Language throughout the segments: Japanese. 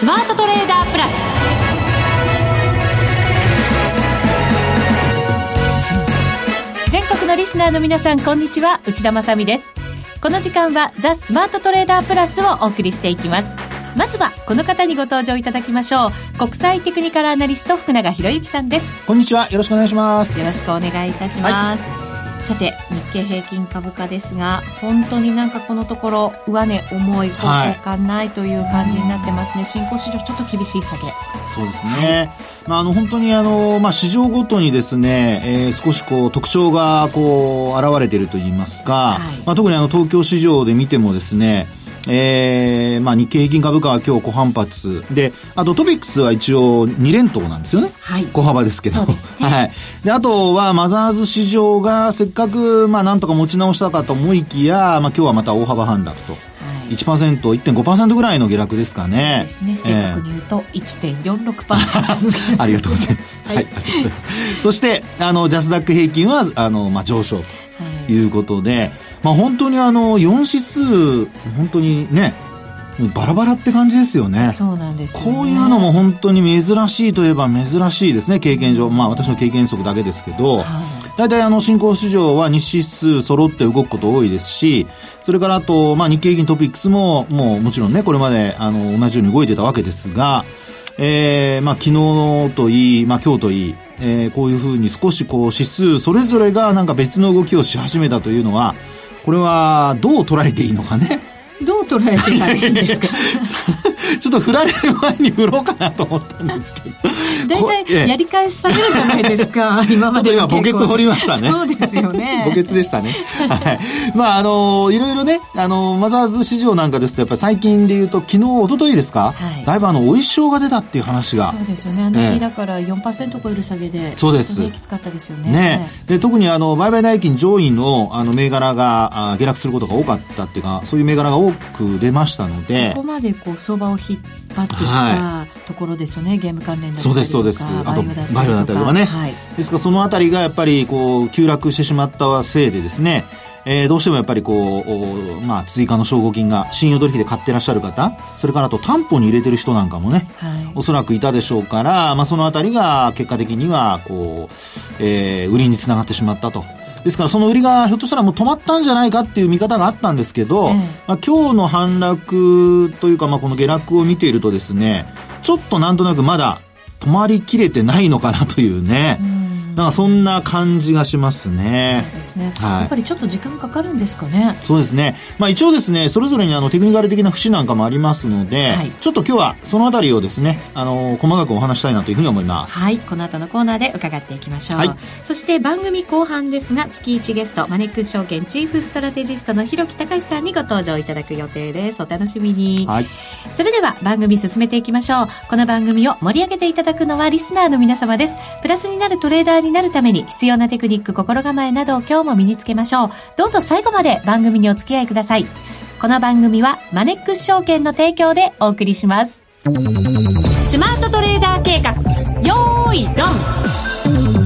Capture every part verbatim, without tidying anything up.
スマートトレーダープラス。全国のリスナーの皆さん、こんにちは、内田まさみです。この時間はザ・スマートトレーダープラスをお送りしていきます。まずはこの方にご登場いただきましょう。国際テクニカルアナリスト福永博之さんです。 こんにちは、よろしくお願いします。 よろしくお願いいたします、はい。さて、日経平均株価ですが、本当になんかこのところ上値重い、方向感ないという感じになってますね。新興市場ちょっと厳しい下げ。 そうですね、はい。まあ、あの本当にあの、まあ、市場ごとにですね、えー、少しこう特徴がこう現れているといいますか、はい。まあ、特にあの東京市場で見てもですね、えーまあ、日経平均株価は今日小反発で、あとトピックスは一応に連投なんですよね、はい、小幅ですけど、 そうですね、 はい。で、あとはマザーズ市場がせっかくまあなんとか持ち直したかと思いきや、まあ、今日はまた大幅反落と、はい、いちパーセント、いってんごパーセント ぐらいの下落ですかね。 そうですね、正確に言うと いってんよんろくパーセントありがとうございます、はいはい、ありがとうございます。そしてあのジャスダック平均はあの、まあ、上昇ということで、はい、まあ、本当にあのよん指数本当にねバラバラって感じですよね。 そうなんですよね。 こういうのも本当に珍しいといえば珍しいですね、経験上。まあ私の経験則だけですけど、はい、大体あの新興市場は日指数揃って動くこと多いですし、それからあとまあ日経平均トピックスももうもちろんねこれまであの同じように動いてたわけですが、えー、まあ昨日といい、まあ今日といい、えー、こういうふうに少しこう指数それぞれがなんか別の動きをし始めたというのは、これはどう捉えていいのかね。 どう捉えてたらいいんですかちょっと振られる前に振ろうかなと思ったんですけど大体やり返されるじゃないですか今まで。 ちょっと今墓穴掘りましたね。 そうですよね墓穴でしたねはい。まああのいろいろね、あのマザーズ市場なんかですとやっぱり最近でいうと昨日一昨日ですか、はい、だいぶあのお一生が出たっていう話が。 そうですよね、あの日だから よんパーセント 超える下げで、 そうです、 きつかったですよね。 ねで特にあの売買代金上位のあの銘柄が下落することが多かったっていうか、そういう銘柄が多く出ましたので、 ここまでこう相場を引っ張ってきたところですよね、はい、ゲーム関連だったりとか、 そうですそうです、あとバイオだったりとかね、はい、ですからそのあたりがやっぱりこう急落してしまったせいでですね、えー、どうしてもやっぱりこう、まあ、追加の証拠金が信用取引で買ってらっしゃる方、それからあと担保に入れてる人なんかもね、はい、おそらくいたでしょうから、まあ、そのあたりが結果的にはこう、えー、売りにつながってしまったと。ですからその売りがひょっとしたらもう止まったんじゃないかっていう見方があったんですけど、ええまあ、今日の反落というか、まあ、この下落を見ているとですね、ちょっとなんとなくまだ止まりきれてないのかなというね、うんなんかそんな感じがしますね。 そうですね、はい、やっぱりちょっと時間かかるんですかね。 そうですね、まあ、一応ですねそれぞれにあのテクニカル的な節なんかもありますので、はい、ちょっと今日はそのあたりをですねあの細かくお話したいなというふうに思います。 はい、この後のコーナーで伺っていきましょう、はい、そして番組後半ですが月いちゲストマネックス証券チーフストラテジストの広木隆さんにご登場いただく予定です。お楽しみに、はい、それでは番組進めていきましょう。この番組を盛り上げていただくのはリスナーの皆様です。プラスになるトレーダーになるために必要なテクニック心構えなどを今日も身につけましょう。どうぞ最後まで番組にお付き合いください。この番組はマネックス証券の提供でお送りします。スマートトレーダー計画、よーいドン。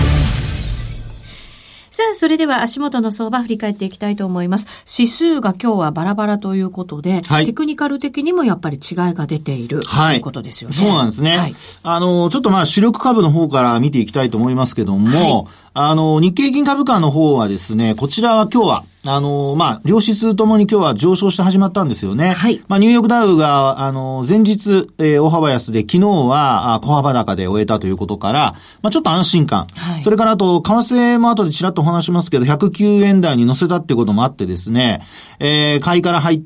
さあ、それでは足元の相場振り返っていきたいと思います。指数が今日はバラバラということで、はい、テクニカル的にもやっぱり違いが出ている、はい、ということですよね。 そうなんですね。はい、あの、ちょっとまあ主力株の方から見ていきたいと思いますけども、はい、あの、日経平均株価の方はですね、こちらは今日は、あの、まあ、両指数ともに今日は上昇して始まったんですよね。はい。まあ、ニューヨークダウが、あの、前日、えー、大幅安で、昨日は、小幅高で終えたということから、まあ、ちょっと安心感。はい。それからあと、為替も後でちらっとお話しますけど、ひゃくきゅうえん台に乗せたっていうこともあってですね、えー、買いから入って、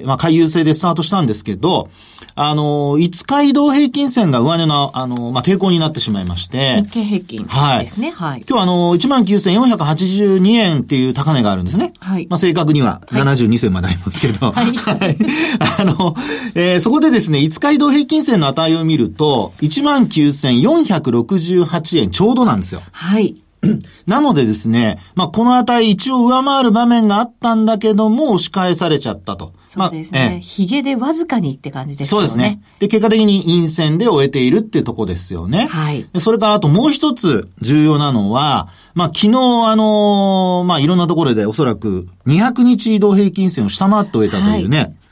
まあ、買い優勢でスタートしたんですけど、あの、いつか移動平均線が上値の、あの、まあ、抵抗になってしまいまして。 日経平均ですね。はい。はい、 今日あの、いちまんきゅうせんよんひゃくはちじゅうにえんっていう高値があるんですね。はい。まあ、正確にはななじゅうにせんまでありますけど。はい。はい。あの、えー、そこでですね、いつか移動平均線の値を見ると、いちまんきゅうせんよんひゃくろくじゅうはちえんちょうどなんですよ。 はい。 なのでですね、まあ、この値一応上回る場面があったんだけども、押し返されちゃったと。 そうですね。ヒゲでわずかにって感じですよね。 そうですね。で、結果的に陰線で終えているっていうとこですよね。はい。それからあともう一つ重要なのは、まあ、昨日あのー、まあ、いろんなところでおそらくにひゃくにち移動平均線を下回って終えたというね。はい、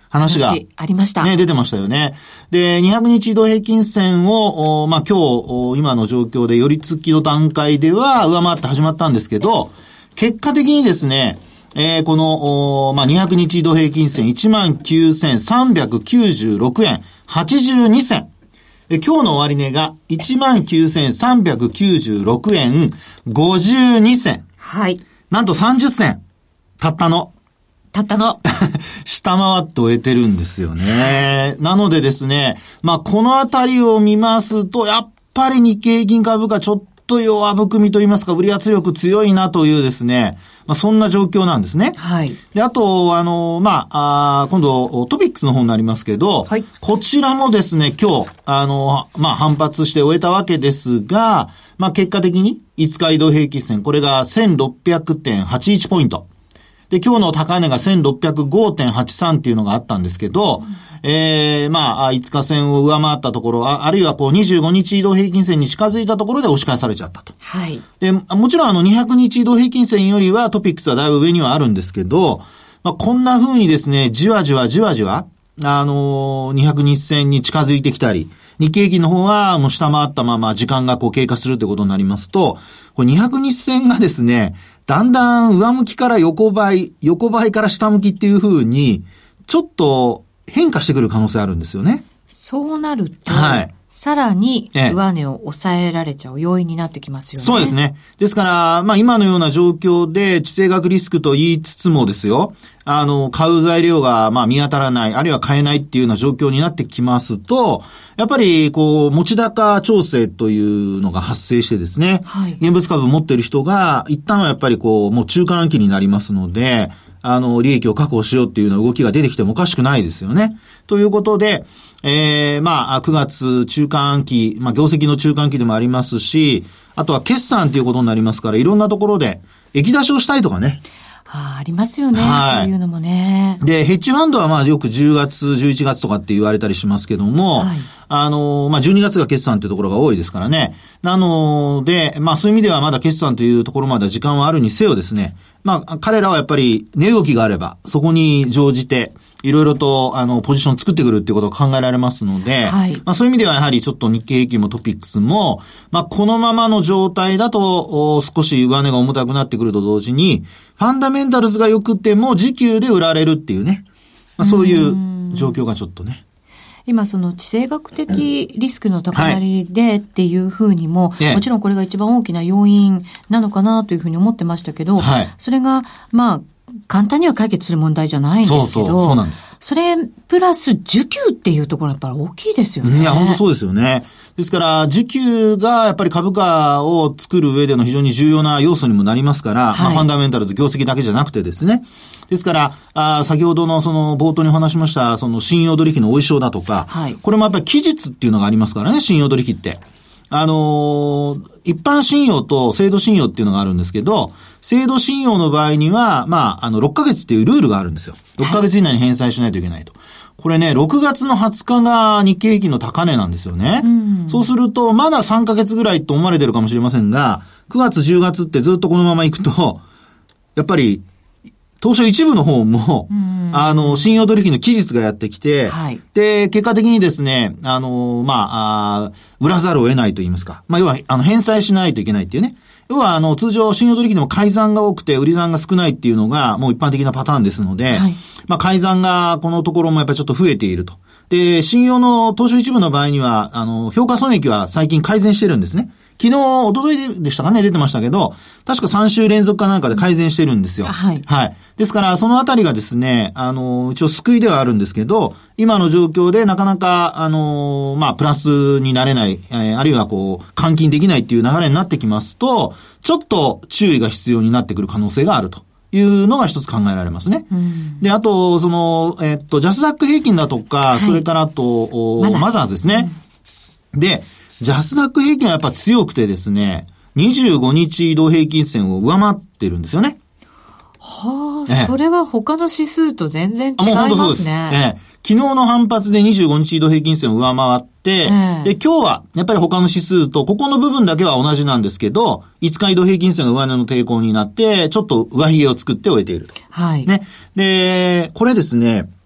話が。 ありました。 ね、出てましたよね。で、にひゃくにち移動平均線を、まあ、今日、今の状況で寄り付きの段階では上回って始まったんですけど、結果的にですね、えー、この、まあ、にひゃくにち移動平均線 いちまんきゅうせんさんびゃくきゅうじゅうろくえんはちじゅうにせん。え今日の終値が いちまんきゅうせんさんびゃくきゅうじゅうろくえんごじゅうにせん。 はい。 なんとさんじゅっせん。たったの。 たったの。 下回って終えてるんですよね。なのでですね、まあ、このあたりを見ますと、やっぱり日経平均株価ちょっと弱含みといいますか、売り圧力強いなというですね、まあ、そんな状況なんですね。 はい。 で、あと、あの、まあ、あ今度、トピックスの方になりますけど、はい。こちらもですね、今日、あの、まあ、反発して終えたわけですが、まあ、結果的に、いつか移動平均線、これが せんろっぴゃくてんはちじゅういち ポイント。で、今日の高値が せんろっぴゃくごてんはちさん っていうのがあったんですけど、うん、えー、まあ、いつか線を上回ったところ、あ、あるいはこうにじゅうごにち移動平均線に近づいたところで押し返されちゃったと。 はい。で、 もちろんあのにひゃくにち移動平均線よりはトピックスはだいぶ上にはあるんですけど、まあ、こんな風にですね、じわじわじわじわ、あのー、にひゃくにち線に近づいてきたり、日経平均の方はもう下回ったまま時間がこう経過するということになりますと、これにひゃくにち線がですね、だんだん上向きから横ばい、横ばいから下向きっていう風に、ちょっと変化してくる可能性あるんですよね。 そうなると、 はい。 さらに上値を抑えられちゃう要因になってきますよね。 そうですね。ですから、まあ今のような状況で地政学リスクと言いつつもですよ、あの、買う材料がまあ見当たらない、あるいは買えないっていうような状況になってきますと、やっぱりこう、持ち高調整というのが発生してですね、はい、現物株持っている人が一旦はやっぱりこう、もう中間期になりますので、あの、利益を確保しようっていうような動きが出てきてもおかしくないですよね。ということで、えー、まあ、くがつ中間期、まあ、業績の中間期でもありますし、あとは決算ということになりますから、いろんなところで、液出しをしたいとかね。 ああ、ありますよね、はい。そういうのもね。 で、ヘッジファンドはまあよくじゅうがつ、じゅういちがつとかって言われたりしますけども、はい、あの、まあじゅうにがつが決算っていうところが多いですからね。なので、まあそういう意味ではまだ決算というところまでは時間はあるにせよですね。まあ彼らはやっぱり値動きがあれば、そこに乗じて、いろいろと、あの、ポジション作ってくるっていうことが考えられますので、はい、まあそういう意味ではやはりちょっと日経平均もトピックスも、まあこのままの状態だと、少し上値が重たくなってくると同時に、ファンダメンタルズが良くても時給で売られるっていうね、まあそういう状況がちょっとね。 今その地政学的リスクの高まりでっていうふうにも、はい、もちろんこれが一番大きな要因なのかなというふうに思ってましたけど、はい、それが、まあ、簡単には解決する問題じゃないんですけど、そうそう、そうなんです。それプラス需給っていうところはやっぱり大きいですよね。 いや、本当そうですよね。ですから、需給がやっぱり株価を作る上での非常に重要な要素にもなりますから、はい、まあ、ファンダメンタルズ、業績だけじゃなくてですね。ですから、あ先ほどのその冒頭にお話しました、その信用取引のお衣装だとか、はい、これもやっぱり期日っていうのがありますからね、信用取引って。あのー、一般信用と制度信用っていうのがあるんですけど、制度信用の場合には、まあ、あの、ろっかげつっていうルールがあるんですよ。ろっかげつ以内に返済しないといけないと。これね、ろくがつのはつかが日経平均の高値なんですよね。うん、そうすると、まださんかげつぐらいと思われてるかもしれませんが、くがつ、じゅうがつってずっとこのまま行くと、やっぱり、当初一部の方も、うん、あの、信用取引の期日がやってきて、はい、で、結果的にですね、あの、まあ、あ売らざるを得ないと言いますか。まあ、要は、あの、返済しないといけないっていうね。要は、あの、通常、信用取引でも改ざんが多くて、売り算が少ないっていうのが、もう一般的なパターンですので、はい、まあ、改ざんが、このところもやっぱりちょっと増えていると。で、信用の当初一部の場合には、あの、評価損益は最近改善してるんですね。昨日、一昨日でしたかね、出てましたけど、確かさんしゅう連続かなんかで改善してるんですよ。はい。はい。ですから、そのあたりがですね、あの、一応救いではあるんですけど、今の状況でなかなか、あの、まあ、プラスになれない、えー、あるいはこう、換金できないっていう流れになってきますと、ちょっと注意が必要になってくる可能性があるというのが一つ考えられますね。うん、で、あと、その、えー、っと、ジャスダック平均だとか、はい、それからあと、マザーズ、マザーズですね。うん、で、ジャスダック平均はやっぱ強くてですね、にじゅうごにち移動平均線を上回ってるんですよね。 はあ、ええ、それは他の指数と全然違いますね。もう本当そうです。 ええ、昨日の反発でにじゅうごにち移動平均線を上回って、ええ、で、今日はやっぱり他の指数と、ここの部分だけは同じなんですけど、いつか移動平均線が上値の抵抗になって、ちょっと上髭を作って終えていると。はい。ね。で、これですね、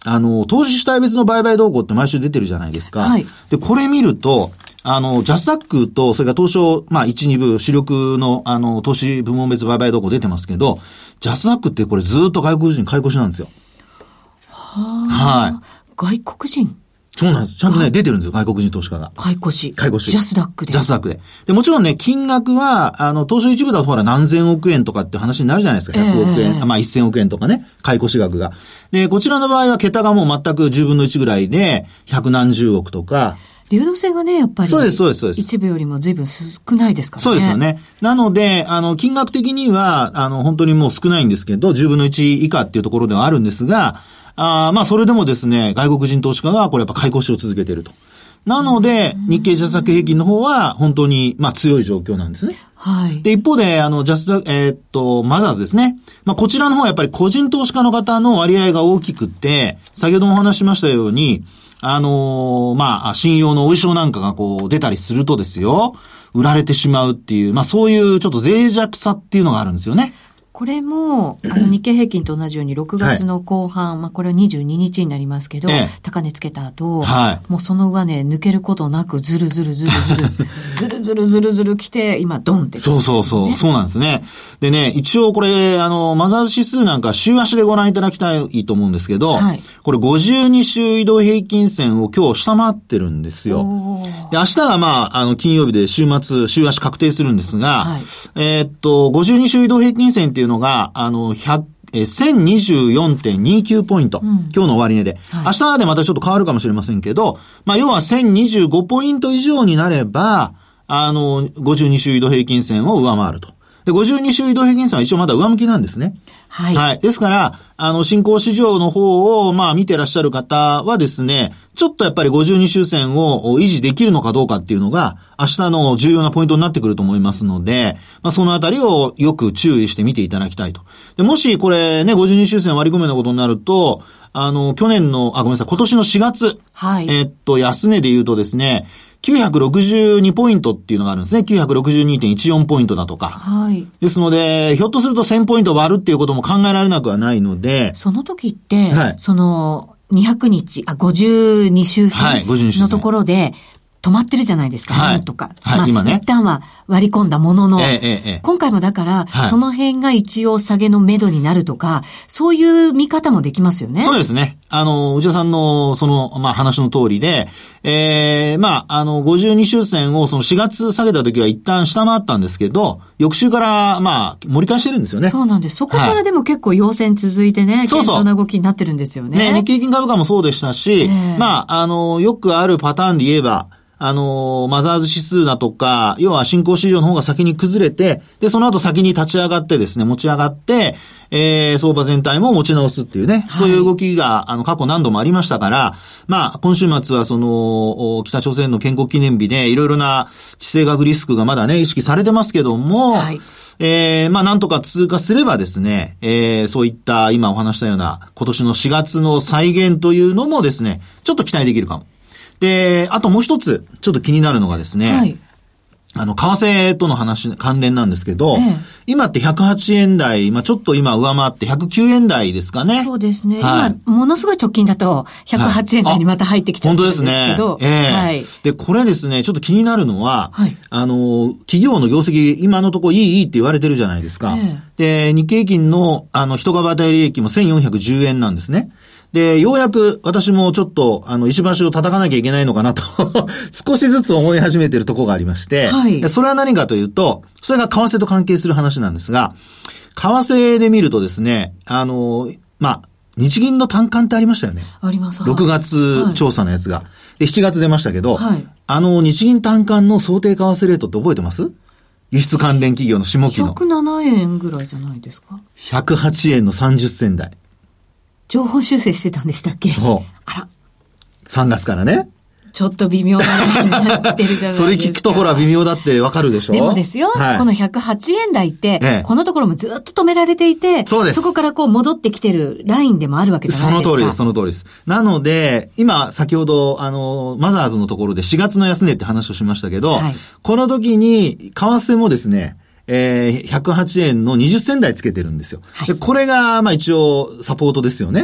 あの、投資主体別の売買動向って毎週出てるじゃないですか。はい。で、これ見ると、あの、ジャスダックと、それから東証、まあ、いち、に部、主力の、あの、投資部門別売買動向出てますけど、ジャスダックってこれずっと外国人買い越しなんですよ。 はあ。はい。外国人そうなんです。ちゃんとね、出てるんですよ、外国人投資家が。 買い越し。 買い越し。 ジャスダックで。 ジャスダックで。で、もちろんね、金額は、あの、東証一部だとほら何千億円とかって話になるじゃないですか。ひゃくおくえん、えー、まあせんおくえんとかね、買い越し額が。で、こちらの場合は桁がもう全くじゅうぶんのいちぐらいで、百何十億とか。 流動性がね、やっぱり。そうです、そうです、そうです。一部よりも随分少ないですからね。 そうですよね。なので、あの、金額的には、あの、本当にもう少ないんですけど、じゅうぶんのいち以下っていうところではあるんですが、あまあ、それでもですね、外国人投資家がこれやっぱ買い越しを続けていると。なので、日経ジャスダック平均の方は本当に、まあ、強い状況なんですね。 はい。 で、一方で、あの、ジャスダック、えー、っと、マザーズですね。まあ、こちらの方はやっぱり個人投資家の方の割合が大きくて、先ほどもお話ししましたように、あのー、まあ、信用のお衣装なんかがこう出たりするとですよ、売られてしまうっていう、まあ、そういうちょっと脆弱さっていうのがあるんですよね。 これも、あの、日経平均と同じようにろくがつの後半、はい、まあ、これはにじゅうににちになりますけど、ええ、高値つけた後、はい、もうその上値抜けることなく、ずるずるずるずる、ずるずるずるずる来て、今、ドンって、ね。 そうそうそう、そうなんですね。でね、一応これ、あの、マザーズ指数なんか週足でご覧いただきたいと思うんですけど、はい、これごじゅうに週移動平均線を今日下回ってるんですよ。で、明日がまあ、あの、金曜日で週末、週足確定するんですが、はい、えー、っと、ごじゅうに週移動平均線っていうのが、あの、ひゃく、え、せんにじゅうよんてんにきゅう ポイント、うん。今日の終値で、はい。明日でまたちょっと変わるかもしれませんけど、まあ、要はせんにじゅうごポイント以上になれば、あの、ごじゅうに週移動平均線を上回ると。で、ごじゅうに週移動平均線は一応まだ上向きなんですね。はい。はい。ですから、あの、新興市場の方を、まあ、見てらっしゃる方はですね、ちょっとやっぱりごじゅうに週線を維持できるのかどうかっていうのが、明日の重要なポイントになってくると思いますので、まあ、そのあたりをよく注意して見ていただきたいと。で、もしこれね、ごじゅうに週線割り込めなことになると、あの、去年の、あ、ごめんなさい、今年のしがつ。はい。えっと、安値で言うとですね、きゅうひゃくろくじゅうにポイントっていうのがあるんですね。きゅうひゃくろくじゅうにてんいちよん ポイントだとか。はい。ですので、ひょっとするとせんポイント割るっていうことも考えられなくはないので。 その時って、はい、その、にひゃくにち、あ、ごじゅうに週線のところで、止まってるじゃないですか、はい、とか。はい、まあ、今ね。一旦は割り込んだものの、ええええ、今回もだから、はい、その辺が一応下げの目処になるとか、そういう見方もできますよね。 そうですね。あの、内田さんの、その、まあ、話の通りで、ええー、まあ、あの、ごじゅうに週線をそのしがつ下げた時は一旦下回ったんですけど、翌週から、まあ、盛り返してるんですよね。 そうなんです。そこからでも結構陽線続いてね、堅調な動きになってるんですよね。 ね、日経平均株価もそうでしたし、えー、まあ、あの、よくあるパターンで言えば、あの、マザーズ指数だとか、要は新興市場の方が先に崩れて、で、その後先に立ち上がってですね、持ち上がって、えー、相場全体も持ち直すっていうね、はい、そういう動きが、あの、過去何度もありましたから、まあ、今週末はその、北朝鮮の建国記念日で、いろいろな地政学リスクがまだね、意識されてますけども、はい、えー、まあ、なんとか通過すればですね、えー、そういった今お話したような、今年のしがつの再現というのもですね、ちょっと期待できるかも。で、あともう一つ、ちょっと気になるのがですね、はい、あの、為替との話、関連なんですけど、ええ、今ってひゃくはちえん台、まあちょっと今上回ってひゃくきゅうえん台ですかね。 そうですね。はい、今、ものすごい直近だとひゃくはちえん台にまた入ってきちゃってるんですけど。 本当ですね。ええはい。で、これですね、ちょっと気になるのは、はい、あの、企業の業績、今のところいいいいって言われてるじゃないですか。ええ、で、日経平均の、あの、一株当たり利益もせんよんひゃくじゅうえんなんですね。で、ようやく私もちょっと、あの、石橋を叩かなきゃいけないのかなと、少しずつ思い始めているところがありまして、はい、それは何かというと、それが為替と関係する話なんですが、為替で見るとですね、あの、まあ、日銀の短観ってありましたよね。 あります。 ろくがつ調査のやつが。はい、で、しちがつ出ましたけど、はい、あの、日銀短観の想定為替レートって覚えてます？輸出関連企業の下期の。 ひゃくななえんぐらいじゃないですか？ ひゃくはちえんのさんじゅっせん台。 情報修正してたんでしたっけ？ そう。あら。さんがつからね。 ちょっと微妙なラインになってるじゃないですか。 それ聞くとほら微妙だってわかるでしょ？ でもですよ、はい、このひゃくはちえん台って、ええ、このところもずっと止められていて、そうです。そこからこう戻ってきてるラインでもあるわけじゃないですか。 その通りです、その通りです。なので、今、先ほど、あの、マザーズのところでしがつの安値って話をしましたけど、はい、この時に、為替もですね、えー、ひゃくはちえんのにじゅっせん台つけてるんですよ。はい、でこれが、まあ一応、サポートですよね。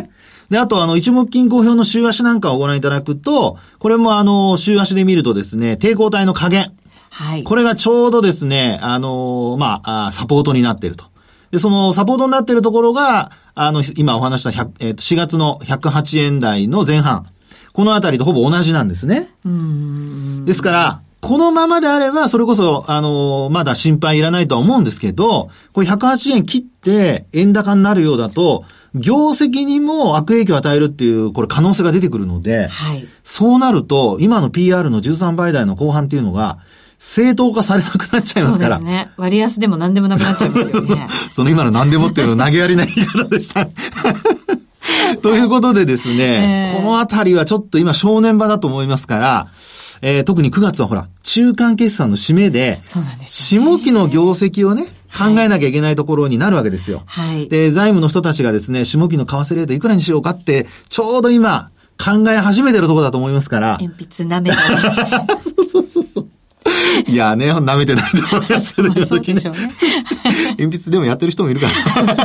で、あと、あの、一目均衡表の週足なんかをご覧いただくと、これもあの、週足で見るとですね、抵抗体の加減。はい。これがちょうどですね、あの、まあ、サポートになっていると。で、そのサポートになっているところが、あの、今お話した、えー、しがつのひゃくはちえん台の前半。このあたりとほぼ同じなんですね。うーん。ですから、このままであれば、それこそ、あの、まだ心配いらないとは思うんですけど、これひゃくはちえん切って円高になるようだと、業績にも悪影響を与えるっていう、これ可能性が出てくるので、はい、そうなると、今の ピーアール のじゅうさんばい台の後半っていうのが、正当化されなくなっちゃいますから。 そうですね。割安でも何でもなくなっちゃいますよね。 その今の何でもっていうの投げやりな言い方でした。ということでですね、えー、このあたりはちょっと今正念場だと思いますから、えー、特にくがつはほら、中間決算の締めで、そうなんですね、下期の業績をね、考えなきゃいけないところになるわけですよ。はい。で、財務の人たちがですね、下期の為替レートいくらにしようかって、ちょうど今、考え始めてるところだと思いますから。 鉛筆舐めてまして。 そうそうそうそう。いやね、舐めてないと思いますけど、 まあ、そうでしょうね。 鉛筆でもやってる人もいるから。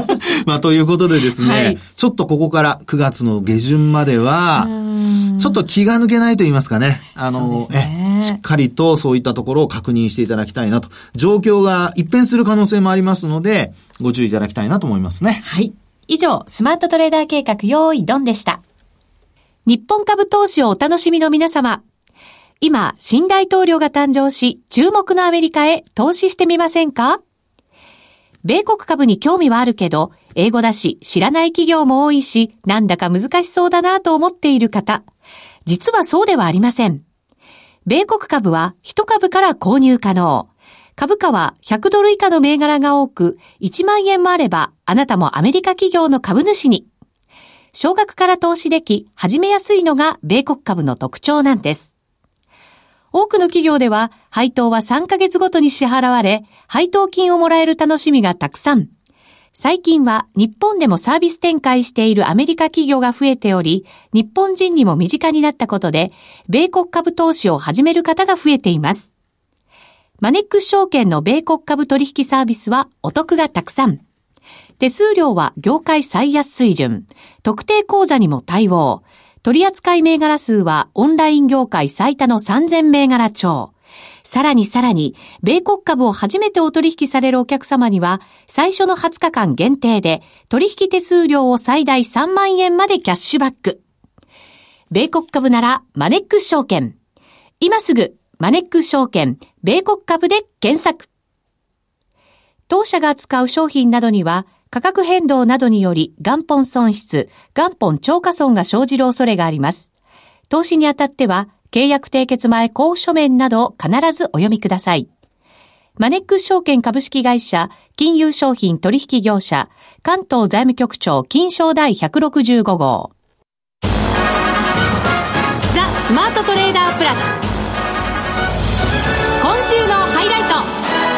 まあ、ということでですね、はい、ちょっとここからくがつの下旬までは、ちょっと気が抜けないと言いますかね。あの、ね、え、しっかりとそういったところを確認していただきたいなと。状況が一変する可能性もありますので、ご注意いただきたいなと思いますね。 はい。以上、スマートトレーダー計画用意ドンでした。日本株投資をお楽しみの皆様。今、新大統領が誕生し、注目のアメリカへ投資してみませんか？米国株に興味はあるけど、英語だし、知らない企業も多いし、なんだか難しそうだなと思っている方。実はそうではありません。米国株はひと株から購入可能。株価はひゃくドル以下の銘柄が多く、いちまんえんもあれば、あなたもアメリカ企業の株主に。少額から投資でき、始めやすいのが米国株の特徴なんです。多くの企業では配当はさんかげつごとに支払われ、配当金をもらえる楽しみがたくさん。最近は日本でもサービス展開しているアメリカ企業が増えており、日本人にも身近になったことで、米国株投資を始める方が増えています。マネックス証券の米国株取引サービスはお得がたくさん。手数料は業界最安水準。特定口座にも対応。取扱銘柄数はオンライン業界最多のさんぜんめいがら超。さらにさらに、米国株を初めてお取引されるお客様には、最初のはつかかん限定で、取引手数料を最大さんまんえんまでキャッシュバック。米国株なら、マネックス証券。今すぐ、マネックス証券、米国株で検索。当社が扱う商品などには、価格変動などにより元本損失、元本超過損が生じる恐れがあります。投資にあたっては、契約締結前交付書面などを必ずお読みください。マネックス証券株式会社、金融商品取引業者、関東財務局長金商第ひゃくろくじゅうごごう。ザ・スマートトレーダープラス。今週のハイライト。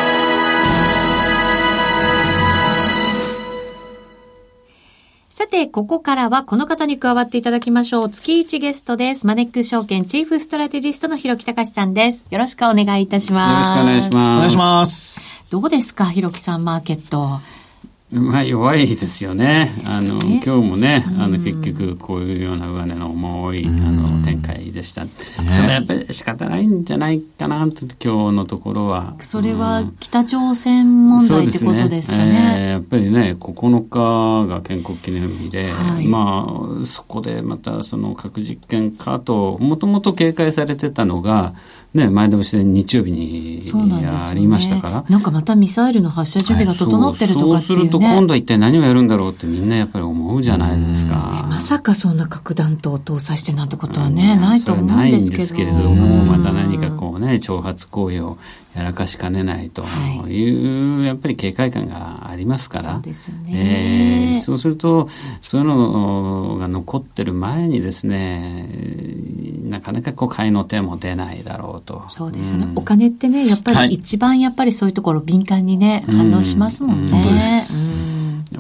さて、ここからはこの方に加わっていただきましょう。月いちゲストです。マネックス証券チーフストラテジストの広木隆さんです。よろしくお願いいたします。 よろしくお願いします。 お願いします。 どうですか、広木さん、マーケット。 まあ、弱いですよね。あの、今日もね、あの、結局、こういうような上値の重い、あの、展開でした。ただやっぱり仕方ないんじゃないかなと、今日のところは。 それは、北朝鮮問題ってことですかね。 ねえー、やっぱりね、ここのかが建国記念日で、はい、まあ、そこでまた、その核実験かと、もともと警戒されてたのが、ね、前倒しで日曜日にありましたから、 ね、なんかまたミサイルの発射準備が整ってるとかっていうね、はい、 そうすると今度は一体何をやるんだろうってみんなやっぱり思うじゃないですか。 まさかそんな核弾頭を搭載してなんてことはね、ないと思うんですけど。 ないんですけれども、また何かこうね、挑発行為をやらかしかねないという、はい、やっぱり警戒感がありますから、 そうですよね。 えー、そうするとそういうのが残ってる前にですね、なかなかこう買いの手も出ないだろうと。 そうですね、うん、お金ってね、やっぱり一番やっぱりそういうところ敏感にね、はい、反応しますもんね。 うん、本当です。うん、やっ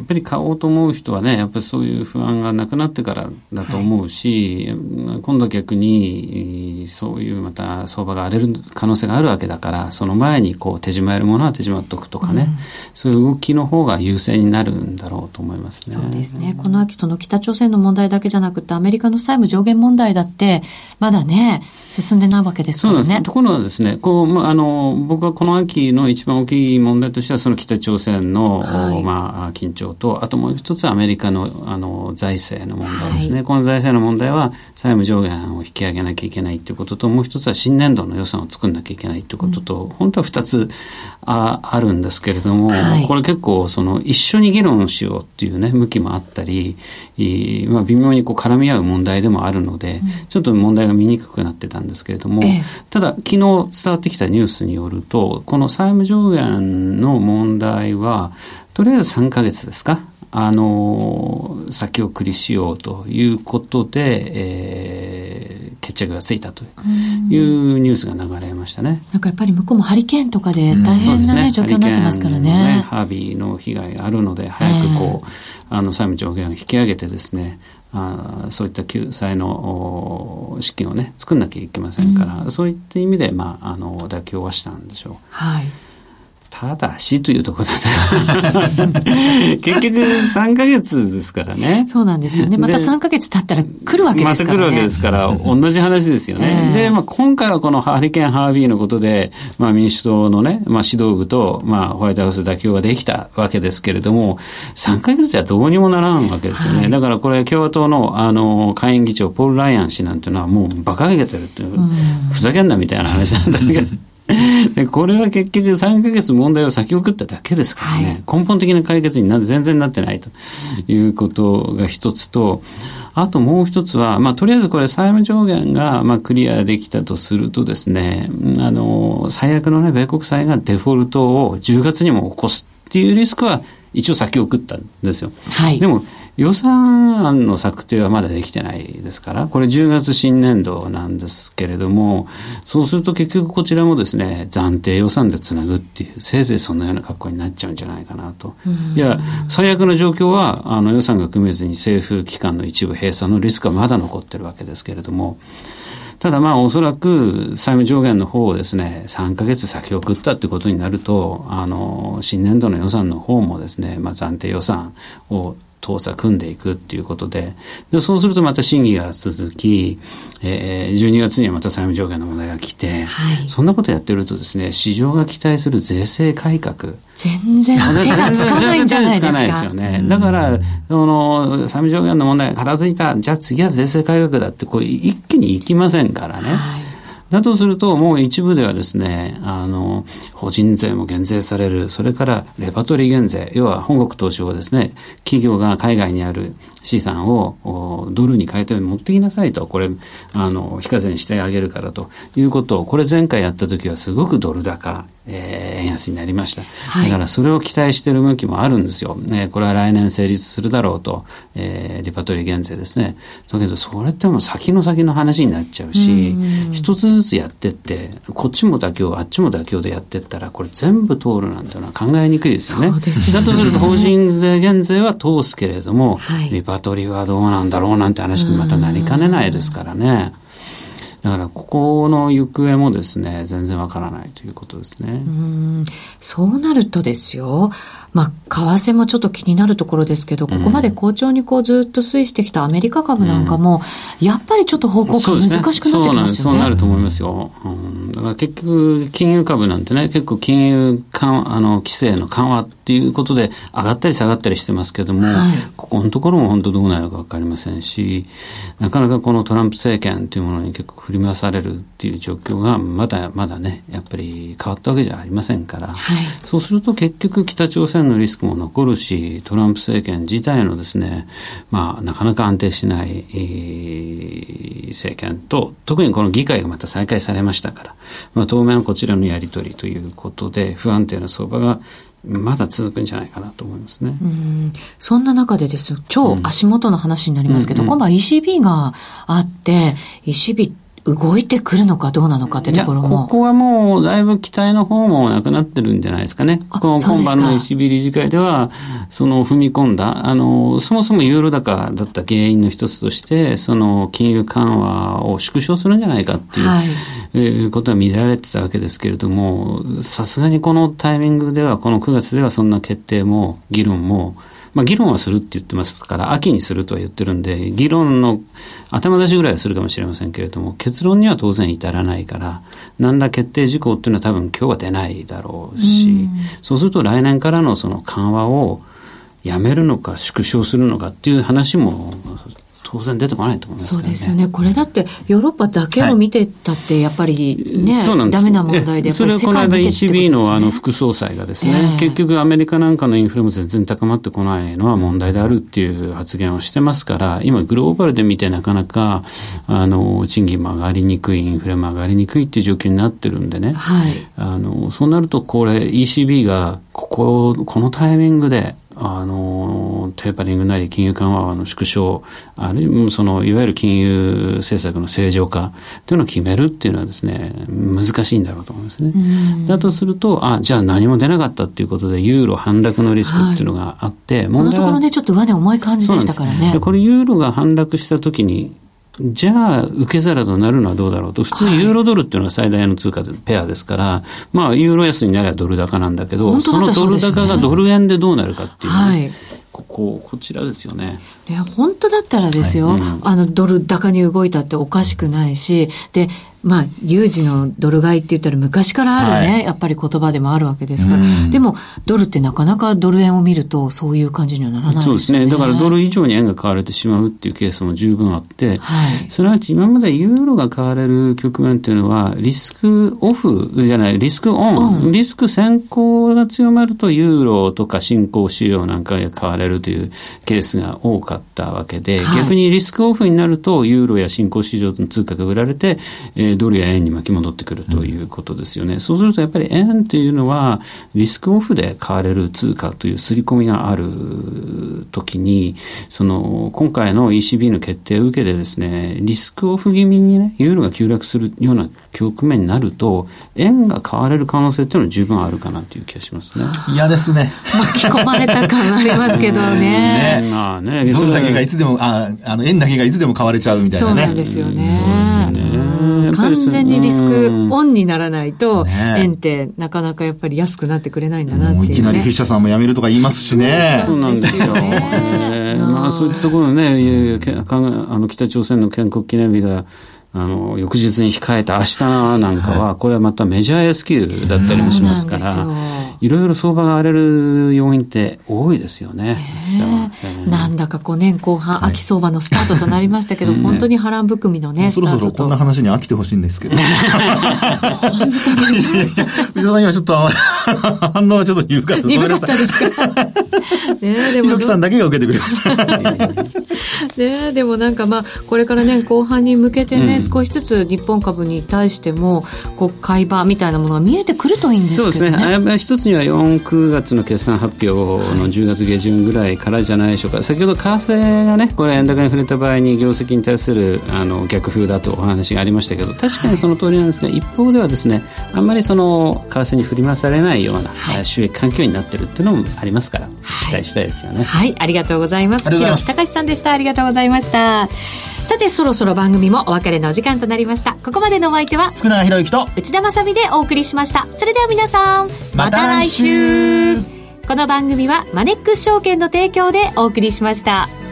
ぱり買おうと思う人はね、やっぱりそういう不安がなくなってからだと思うし、はい、今度は逆にそういうまた相場が荒れる可能性があるわけだから、その前にこう手締まえるものは手締まっておくとかね、うん、そういう動きの方が優勢になるんだろうと思いますね。 そうですね。この秋その北朝鮮の問題だけじゃなくてアメリカの債務上限問題だってまだね進んでないわけですからね。 そうです。ところがですね、こうあの僕はこの秋の一番大きい問題としてはその北朝鮮の、はい、まあ、緊張と、あともう一つはアメリカの、あの財政の問題ですね、はい、この財政の問題は債務上限を引き上げなきゃいけないということと、もう一つは新年度の予算を作んなきゃいけないということと、うん、本当は二つ あ, あるんですけれども、はい、これ結構その一緒に議論しようっていうね向きもあったり、まあ、微妙にこう絡み合う問題でもあるので、うん、ちょっと問題が見にくくなってたんですけれども、ええ、ただ昨日伝わってきたニュースによると、この債務上限の問題はとりあえずさんかげつですか、あの先送りしようということで、えー、決着がついたというニュースが流れましたね。 なんかやっぱり向こうもハリケーンとかで大変な、ね、うん、状況になってますから ね, ねハービーの被害があるので早くこう、えー、あの債務上限を引き上げてですね、あそういった救済の資金をね作んなきゃいけませんから、うん、そういった意味で、まあ、あの妥協はしたんでしょう。 はい。 ただしというところだね結局さんかげつですからね。 そうなんですよね。またさんかげつ経ったら来るわけですからね。 また来るわけですから同じ話ですよね、えー、で、まあ、今回はこのハリケーンハービーのことで、まあ、民主党のね、まあ、指導部と、まあ、ホワイトハウス妥協ができたわけですけれども、さんかげつじゃどうにもならんわけですよね、はい、だからこれ共和党の、あの下院議長ポール・ライアン氏なんていうのはもう馬鹿げてるっていう、うん、ふざけんなみたいな話なんだけどでこれは結局さんかげつ問題を先送っただけですからね、はい、根本的な解決にな全然なってないということが一つと、あともう一つは、まあ、とりあえずこれ債務上限が、まあ、クリアできたとするとですね、あの最悪のね米国債がデフォルトをじゅうがつにも起こすっていうリスクは一応先送ったんですよ、はい、でも予算案の策定はまだできてないですから、これじゅうがつ新年度なんですけれども、そうすると結局こちらもですね暫定予算でつなぐっていう、せいぜいそんなような格好になっちゃうんじゃないかなと。いや最悪の状況はあの予算が組めずに政府機関の一部閉鎖のリスクはまだ残ってるわけですけれども、ただまあおそらく債務上限の方をですねさんかげつ先送ったってことになると、あの新年度の予算の方もですね、まあ、暫定予算を当座組んでいくっていうことで、でそうするとまた審議が続き、えー、じゅうにがつにはまた債務上限の問題が来て、はい、そんなことやってるとですね、市場が期待する税制改革全然手がつかないんじゃないですか。全然つかないですよね。だからその債務上限の問題が片付いた、じゃあ次は税制改革だってこう一気にいきませんからね、はい、だとするともう一部ではですね、あの法人税も減税される、それからレパトリー減税、要は本国投資をですね、企業が海外にある資産をドルに変えて持ってきなさいと、これあの非課税にしてあげるからということを、これ前回やった時はすごくドル高、えー、円安になりました、はい、だからそれを期待している向きもあるんですよ、ね、これは来年成立するだろうと、えー、レパトリー減税ですね。だけどそれってもう先の先の話になっちゃうし、一つずつやってってこっちも妥協あっちも妥協でやってったらこれ全部通るなんていうのは考えにくいですよね。 そうですよね。 だとすると法人税減税は通すけれども、はい、レパトリーはどうなんだろうなんて話にまたなりかねないですからね。だからここの行方もですね全然わからないということですね。 うーん、そうなるとですよ、まあ為替もちょっと気になるところですけど、ここまで好調にこうずっと推移してきたアメリカ株なんかも、うん、やっぱりちょっと方向感難しくなってきますよね。そうなんです。 そうなると思いますよ、うん、だから結局金融株なんてね、結構金融緩あの規制の緩和っていうことで上がったり下がったりしてますけども、はい、ここのところも本当どうなるか分かりませんし、なかなかこのトランプ政権というものに結構振り回されるっていう状況がまだまだねやっぱり変わったわけじゃありませんから、はい、そうすると結局北朝鮮のリスクも残るし、トランプ政権自体のですね、まあなかなか安定しない、えー、政権と、特にこの議会がまた再開されましたから、まあ当面こちらのやり取りということで不安定な相場がまだ続くんじゃないかなと思いますね。 うん、そんな中でですよ、超足元の話になりますけど、うんうんうん、今晩 イーシービー があって、イーシービー動いてくるのかどうなのかってところも。 ここはもうだいぶ期待の方もなくなってるんじゃないですかね。この今晩の イーシービー 理事会では、その踏み込んだ、あの、そもそもユーロ高だった原因の一つとして、その金融緩和を縮小するんじゃないかっていう、はいえー、ことは見られてたわけですけれども、さすがにこのタイミングでは、このくがつではそんな決定も議論も、まあ、議論はするって言ってますから、秋にするとは言ってるんで、議論の頭出しぐらいはするかもしれませんけれども、結論には当然至らないから、何ら決定事項っていうのは多分今日は出ないだろうし、うそうすると来年からのその緩和をやめるのか縮小するのかっていう話も、当然出てこないと思いますからね。 そうですよね。これだってヨーロッパだけを見てたってやっぱりね、はい、ダメな問題で、 それはこの間 イーシービー のあの副総裁がですね、えー、結局アメリカなんかのインフレも全然高まってこないのは問題であるっていう発言をしてますから、今グローバルで見てなかなかあの賃金も上がりにくい、インフレも上がりにくいっていう状況になってるんでね、はい、あのそうなるとこれ イーシービー がこここのタイミングであのテーパリングなり金融緩和の縮小、あるいはそのいわゆる金融政策の正常化というのを決めるっていうのはですね、難しいんだろうと思うんですね。だとすると、あ、じゃあ何も出なかったっていうことでユーロ反落のリスクっていうのがあって、はい、 問題はこのところねちょっと上値重い感じでしたからね。 これユーロが反落したときにじゃあ受け皿となるのはどうだろうと。普通ユーロドルっていうのは最大の通貨でペアですから、まあユーロ安になればドル高なんだけど、そのドル高がドル円でどうなるかっていう、ね、はい、こここちらですよね。 いや本当だったらですよ、はい、うん、あのドル高に動いたっておかしくないし、でまあ有事のドル買いって言ったら昔からあるね、はい、やっぱり言葉でもあるわけですから、うん、でもドルってなかなかドル円を見るとそういう感じにはならないですよね。 そうですね。だからドル以上に円が買われてしまうっていうケースも十分あって、はい、すなわち今までユーロが買われる局面っていうのはリスクオフじゃないリスクオン、うん、リスク先行が強まるとユーロとか新興市場なんかが買われるというケースが多かったわけで、はい、逆にリスクオフになるとユーロや新興市場の通貨が売られて、えー、ドルや円に巻き戻ってくるということですよね。うん、そうするとやっぱり円というのはリスクオフで買われる通貨という刷り込みがある時に、その今回の イーシービー の決定を受けてですね、リスクオフ気味にねユーロが急落するような局面になると円が買われる可能性っていうのは十分あるかなという気がしますね。 嫌ですね。 巻き込まれた感ありますけどね。ね、 まあね、ドルだけがいつでもああの円だけがいつでも買われちゃうみたいなね。 そうなんですよね。そうですよね。完全にリスクオンにならないと、ね、円ってなかなかやっぱぱり安くなってくれないんだなっていう、ね、もういきなりフィッシャーさんも辞めるとか言いますしね。 そうなんですよね。まあそういったところね、あの北朝鮮の建国記念日があの翌日に控えた明日なんかは、これはまたメジャー S q だったりもしますから、いろいろ相場が荒れる要因って多いですよね。 なんだかこう年後半、秋相場のスタートとなりましたけど、はい、本当に波乱含みのね、 そろそろこんな話に飽きてほしいんですけど。本当に。藤田さん今ちょっと反応はちょっと鈍かった。 鈍かったですか。 ね、でもひろきさんだけが受けてくれました。 ね、でもなんかまあこれから年後半に向けてね、うん、少しずつ日本株に対してもこう買い場みたいなものが見えてくるといいんですけどね。 そうですね。一つにはよん、くがつの決算発表のじゅうがつ下旬ぐらいからじゃないでしょうか。先ほど為替がね、これ円高に触れた場合に業績に対するあの逆風だとお話がありましたけど、確かにその通りなんですが、はい、一方ではですね、あんまりその為替に振り回されないような、はい、収益環境になっているっていうのもありますから、はい、期待したいですよね。 はい、ありがとうございます。広木隆さんでした。ありがとうございました。さてそろそろ番組もお別れのお時間となりました。ここまでのお相手は福永博之と内田まさみでお送りしました。それでは皆さんまた来週。この番組はマネックス証券の提供でお送りしました。